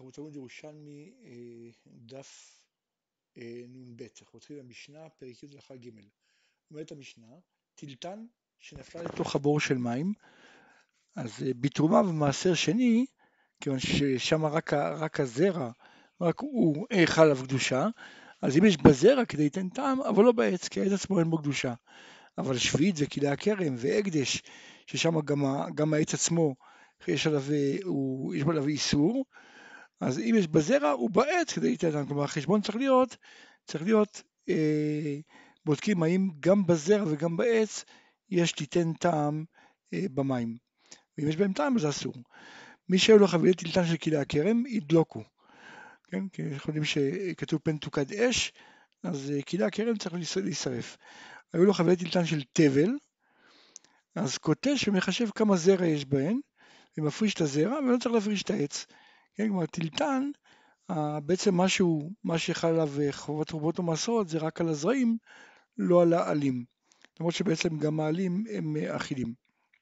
אנחנו תלמוד ירושלמי דף נ"ב, אנחנו מתחילים במשנה, פרק י' הלכה ג'. אומרת המשנה, טלטן שנפלה לתוך הבור של מים, אז בתרומה ומעשר שני, כיוון ששם רק הזרע, רק הוא חל עליו קדושה, אז אם יש בזרע כדי ייתן טעם, אבל לא בעץ, כי העץ עצמו אין בו קדושה. אבל שביעית וכלי הכרם והקדש, ששם גם העץ עצמו, יש עליו איסור, אז אם יש בזרע הוא בעץ כדי לתת טעם, כלומר החשבון צריך להיות בודקים האם גם בזרע וגם בעץ יש ליתן טעם במים, ואם יש בהם טעם אז אסור. מי שהיו לו חבילי טלטן של כלי הכרם ידלוקו, כן? כי אנחנו יודעים שכתוב פן תוקד אש, אז כלי הכרם צריך להישרף. היו לו חבילי טלטן של תבל, אז קוטש ומחשב כמה זרע יש בהן, ומפריש את הזרע ולא צריך להפריש את העץ. כן, כלומר טלטן, בעצם מה שחל עליו חובות רבות ומעשרות זה רק על הזרעים, לא על העלים. למרות שבעצם גם העלים הם אכילים.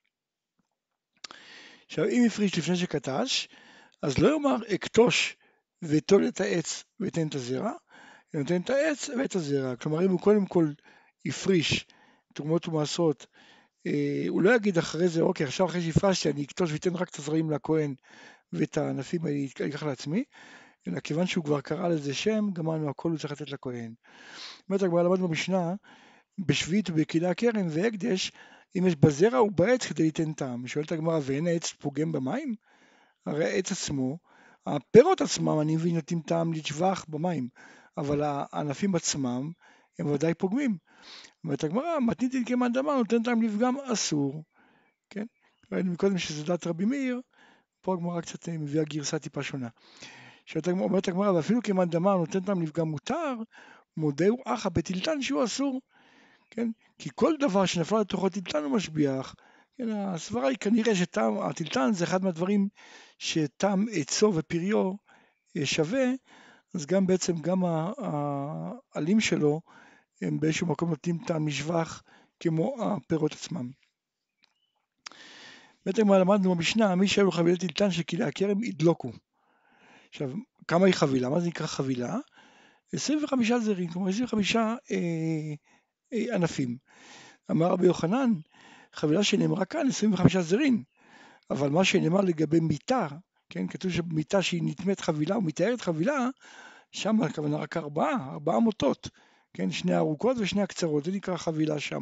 עכשיו, אם הפריש לפני שקטש, אז לא יאמר אקטוש וטול את העץ ותן את הזרע, אלא נותן את העץ ואת הזרע. כלומר, אם הוא קודם כל הפריש תרומות ומעשרות, הוא לא יגיד אחרי זה, אוקיי, עכשיו אחרי שהפרשתי אני אקטוש ויתן רק את הזרעים לכהן ואת הענפים אני אקח לעצמי, אלא כיוון שהוא כבר קרא לזה שם, גמרנו הכל הוא צריך לתת לכהן. באמת הגמרא למד במשנה, בשביעית ובכלי הכרם והקדש, אם יש בזרע ובעץ כדי ליתן טעם. שואלת הגמרא, ואין העץ פוגם במים? הרי העץ עצמו, הפירות עצמם אני מבין נותנים טעם לשבח במים, אבל הענפים עצמם הם ודאי פוגמים. אומרת הגמרא, מתניתין כמאן דאמר נותן טעם לפגם אסור. כן? ראינו מקודם שזה דעת רבי מאיר, פה הגמרא קצת מביאה גרסה טיפה שונה. אומרת הגמרא, ואפילו כמאן דאמר נותן טעם לפגם מותר, מודהו אחא בטלטן שהוא אסור. כן? כי כל דבר שנפל לתוכו טלטן הוא משביח. כן? הסברה היא כנראה שהטלטן זה אחד מהדברים שטעם עצו ופריו שווה, אז גם בעצם גם העלים שלו הם באיזשהו מקום נותנים טעם משבח כמו הפירות עצמם. באמת הגמרא למדנו במשנה, מי שהיו לו חבילי טלטן של כלי הכרם ידלוקו. עכשיו, כמה היא חבילה? מה זה נקרא חבילה? 25 זרים, כלומר 25 ענפים. אמר רבי יוחנן, חבילה שנאמרה כאן 25 זרים, אבל מה שנאמר לגבי מיטה, כן, כתוב שמיטה שהיא נטמאת חבילה או מתארת חבילה, שם הכוונה רק 4 מוטות, כן, 2 ארוכות ו2 הקצרות, זה נקרא חבילה שם.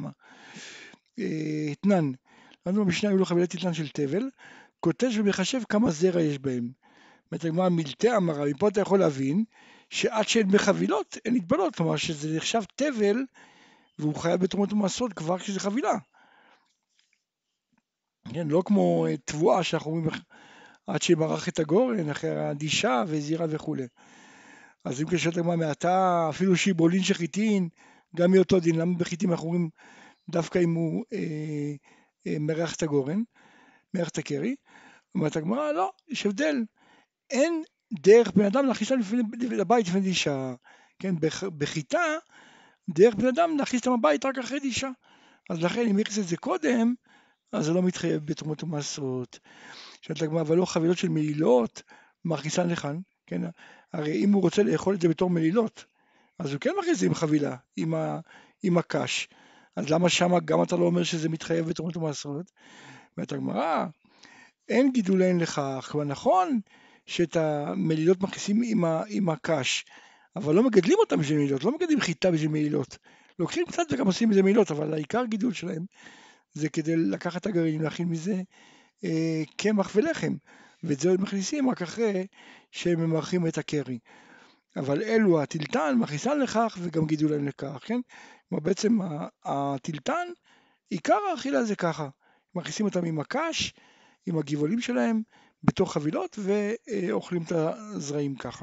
תנן, לנו במשנה היו לו חבילי טלטן של תבל, קוטש ומחשב כמה זרע יש בהם. זאת אומרת, מילתי אמרה, מפה אתה יכול להבין שעד שאין בחבילות אין התבלות, כלומר שזה נחשב תבל והוא חייב בתרומות ומעשרות כבר כשזה חבילה. כן, לא כמו תבואה שאנחנו אומרים עד שימרח את הגורן, אחרי הדישה וזירה וכו'. אז אם כשאתה אומר מעתה אפילו שיבולין שחיטין, גם מאותו דין, למה בחיטים אנחנו אומרים דווקא אם הוא מרח את הגורן, מרח את הקרי, אומרת הגמרא, לא, יש הבדל, אין דרך בן אדם להכניס לבית לפני דישה, כן, בחיטה, דרך בן אדם להכניס אותם לבית רק אחרי דישה, אז לכן אם יכניס את זה קודם, אז זה לא מתחייב בתרומות ומעשרות. שואלת הגמרא, אבל לא חבילות של מלילות, מכניסן לכאן, כן, הרי אם הוא רוצה לאכול את זה בתור מלילות, אז הוא כן מכניס את זה עם חבילה, עם הקש, אז למה שמה גם אתה לא אומר שזה מתחייב בתרומות ומעשרות? אומרת הגמרא, אין גידולין לכך, כבר נכון שאת המלילות מכניסים עם הקש, אבל לא מגדלים אותם בשביל מלילות, לא מגדלים חיטה בשביל מלילות, לוקחים קצת וגם עושים מזה מלילות, אבל העיקר גידול שלהם זה כדי לקחת את הגרעינים, להכין מזה קמח ולחם, ואת זה מכניסים רק אחרי שהם ממרחים את הקרי. אבל אלו הטלטן מכניסן לכך וגם גידולן לכך, כן? כלומר בעצם הטלטן, עיקר האכילה זה ככה, מכניסים אותם עם הקש, עם הגבעולים שלהם, בתוך חבילות ואוכלים את הזרעים ככה.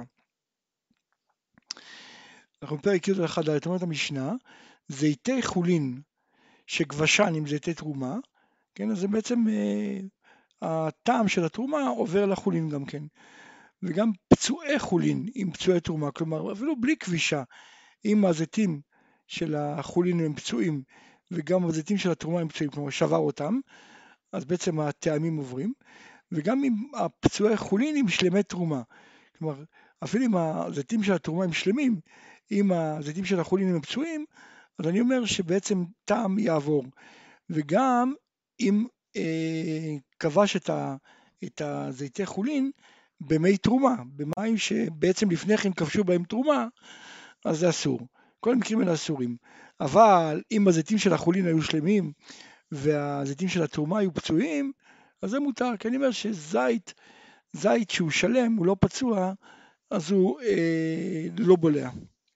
אנחנו בפרק י' הלכה ד', אומרת המשנה, זיתי חולין שגבשן עם זיתי תרומה, כן? אז זה בעצם הטעם של התרומה עובר לחולין גם כן. וגם פצועי חולין עם פצועי תרומה, כלומר אפילו בלי כבישה, אם הזיתים של החולין הם פצועים וגם הזיתים של התרומה הם פצועים, כלומר שבר אותם, אז בעצם הטעמים עוברים, וגם עם הפצועי חולין עם שלמי תרומה, כלומר, אפילו אם הזיתים של התרומה הם שלמים, אם הזיתים של החולין הם פצועים, אז אני אומר שבעצם טעם יעבור. וגם אם כבש את הזיתי חולין במי תרומה, במים שבעצם לפני כן כבשו בהם תרומה, אז זה אסור. כל המקרים האלה אסורים. אבל אם הזיתים של החולין היו שלמים והזיתים של התרומה היו פצועים, אז זה מותר. כי אני אומר שזית שהוא שלם, הוא לא פצוע, אז הוא לא בולע.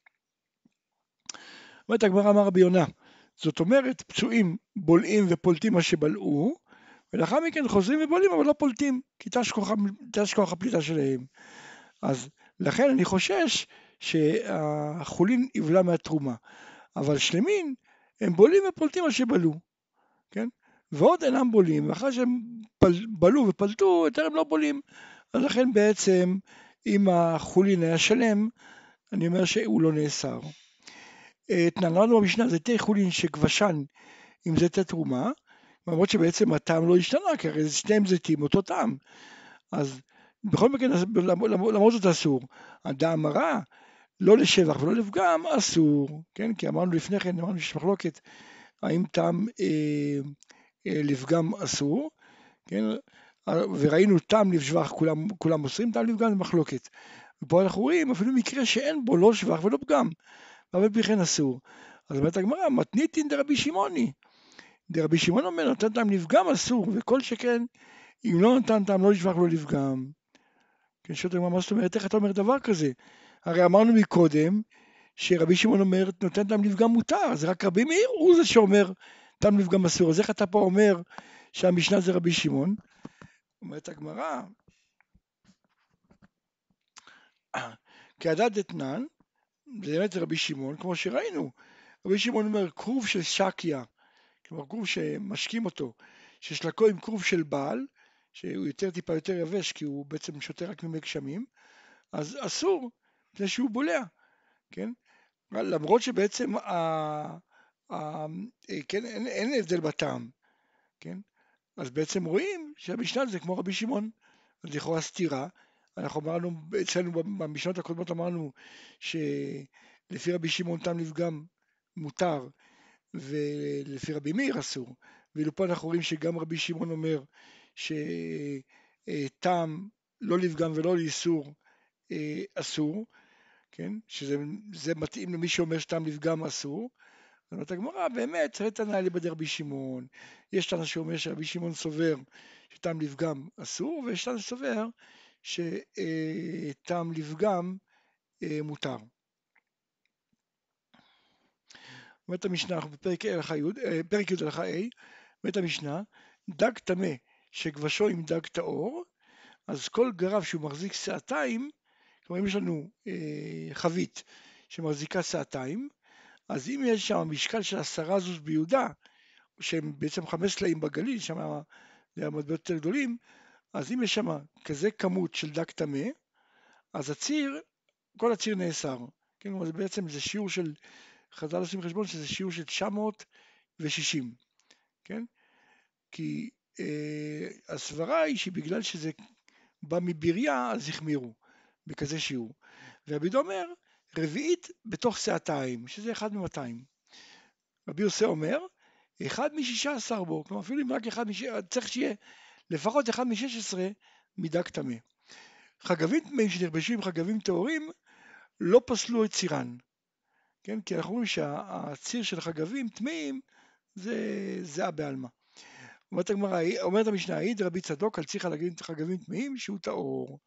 אומרת הגמרא, אמר רבי יונה, זאת אומרת פצועים בולעים ופולטים מה שבלעו, ולאחר מכן חוזרים ובולעים אבל לא פולטים, כי תש כוח הפליטה שלהם. אז לכן אני חושש שהחולין יבלע מהתרומה, אבל שלמין הם בולעים ופולטים מה שבלעו, כן? ועוד אינם בולעים, ואחרי שהם בלעו ופלטו, יותר הם לא בולעים. אז לכן בעצם אם החולין היה שלם, אני אומר שהוא לא נאסר. תננו במשנה, זיתי חולין שכבשן עם זיתי תרומה, למרות שבעצם הטעם לא השתנה, כי הרי שניהם זיתים אותו טעם. אז בכל מקרה, למרות זאת אסור. הדעה מרה, לא לשבח ולא לפגם, אסור, כן? כי אמרנו לפני כן, אמרנו שיש מחלוקת, האם טעם לפגם אסור, כן? וראינו טעם לשבח, כולם אוסרים, טעם לפגם זה מחלוקת. ופה אנחנו רואים אפילו מקרה שאין בו לא שבח ולא פגם, אבל בכן אסור. אז אומרת הגמרא, מתניתין דרבי שמעוני. דרבי שמעון אומר, נתן טעם לפגם אסור, וכל שכן, אם לא נתן טעם לא לשבח ולא לפגם. כן, שואלת הגמרא, מה זאת אומרת, איך אתה אומר דבר כזה? הרי אמרנו מקודם, שרבי שמעון אומר, נותן טעם לפגם מותר, זה רק רבי מאיר, הוא זה שאומר, טעם לפגם אסור. אז איך אתה פה אומר שהמשנה זה רבי שמעון? אומרת הגמרא, כי הדעת דתנן, זה באמת רבי שמעון, כמו שראינו, רבי שמעון אומר, כרוב של שקיה, כלומר כרוב שמשקים אותו, ששלקו עם כרוב של בעל, שהוא טיפה יותר יבש, כי הוא בעצם שותה רק ממי גשמים, אז אסור, מפני שהוא בולע, כן? למרות שבעצם כן, אין הבדל בטעם, כן? אז בעצם רואים שהמשנה זה כמו רבי שמעון, אז לכאורה סתירה. אנחנו אמרנו, אצלנו במשנות הקודמות אמרנו שלפי רבי שמעון טעם לפגם מותר, ולפי רבי מאיר אסור. ואילו פה אנחנו רואים שגם רבי שמעון אומר שטעם לא לפגם ולא לאיסור אסור, כן? שזה מתאים למי שאומר שטעם לפגם אסור. זאת אומרת הגמרא, באמת, צריך תנא אליבא דרבי שמעון. יש תנא שאומר שרבי שמעון סובר שטעם לפגם אסור, ויש תנא שסובר שטעם לפגם מותר. אומרת המשנה, אנחנו בפרק י' הלכה A, אומרת המשנה, דג טמא שכבשו עם דג טהור, אז כל גרב שהוא מחזיק שעתיים, כלומר אם יש לנו חבית שמחזיקה שעתיים, אז אם יש שם משקל של 10 זוז ביהודה, שהם בעצם 5 סלעים בגליל, שם זה המטבעות יותר גדולים, אז אם יש שם כזה כמות של דג טמא, אז כל הציר נאסר. כן, אז בעצם זה שיעור של, חז"ל עושים חשבון שזה שיעור של 960, כן? כי הסברה היא שבגלל שזה בא מבריה, אז החמירו בכזה שיעור. רבי יהודה אומר, רביעית בתוך שעתיים, שזה 1 מ-200. רבי יוסי אומר, 1 מ-16 בו, כלומר אפילו אם רק 1 מ-16, צריך שיהיה לפחות 1 מ-16 מדג טמא. חגבים טמאים שנרבשו עם חגבים טהורים, לא פסלו את צירן. כן? כי אנחנו רואים שהציר של חגבים טמאים זה בעלמא. אומרת המשנה, העיד רבי צדוק על ציר חגבים טמאים שהוא טהור.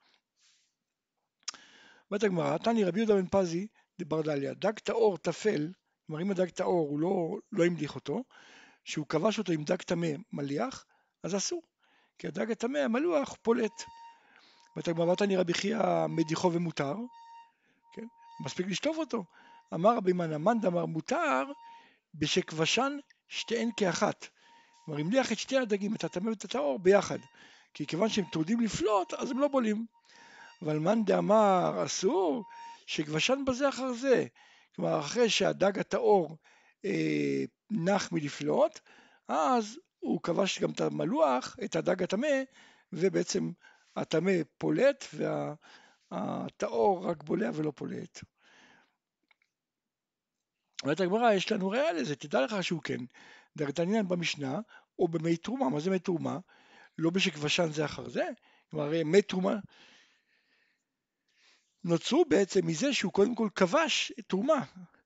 אומרת הגמרא, תני רבי יהודה בן פזי דברדליה, דג טהור טפל, כלומר אם הדג טהור הוא לא המליך אותו, שהוא כבש אותו עם דג טמא מליח, אז אסור, כי הדג הטמא המלוח פולט. אומרת הגמרא, תני רבי חייא מדיחו ומותר, כן? מספיק לשטוף אותו. אמר רבי מאן דאמר מותר בשכבשן שתיהן כאחת. כלומר המליח את שתי הדגים, את הטמא ואת הטהור ביחד, כי כיוון שהם טרודים לפלוט אז הם לא בולים. אבל מאן דאמר אסור שכבשן בזה אחר זה, כלומר אחרי שהדג הטהור נח מלפלוט, אז הוא כבש גם את המלוח, את הדג הטמא, ובעצם הטמא פולט הטהור רק בולע ולא פולט. אומרת הגמרא, יש לנו ראיה לזה, תדע לך שהוא כן. דרתנינן במשנה, או במי תרומה, מה זה מי תרומה? לא בשכבשן זה אחר זה, כלומר מי תרומה נוצרו בעצם מזה שהוא קודם כל כבש תרומה,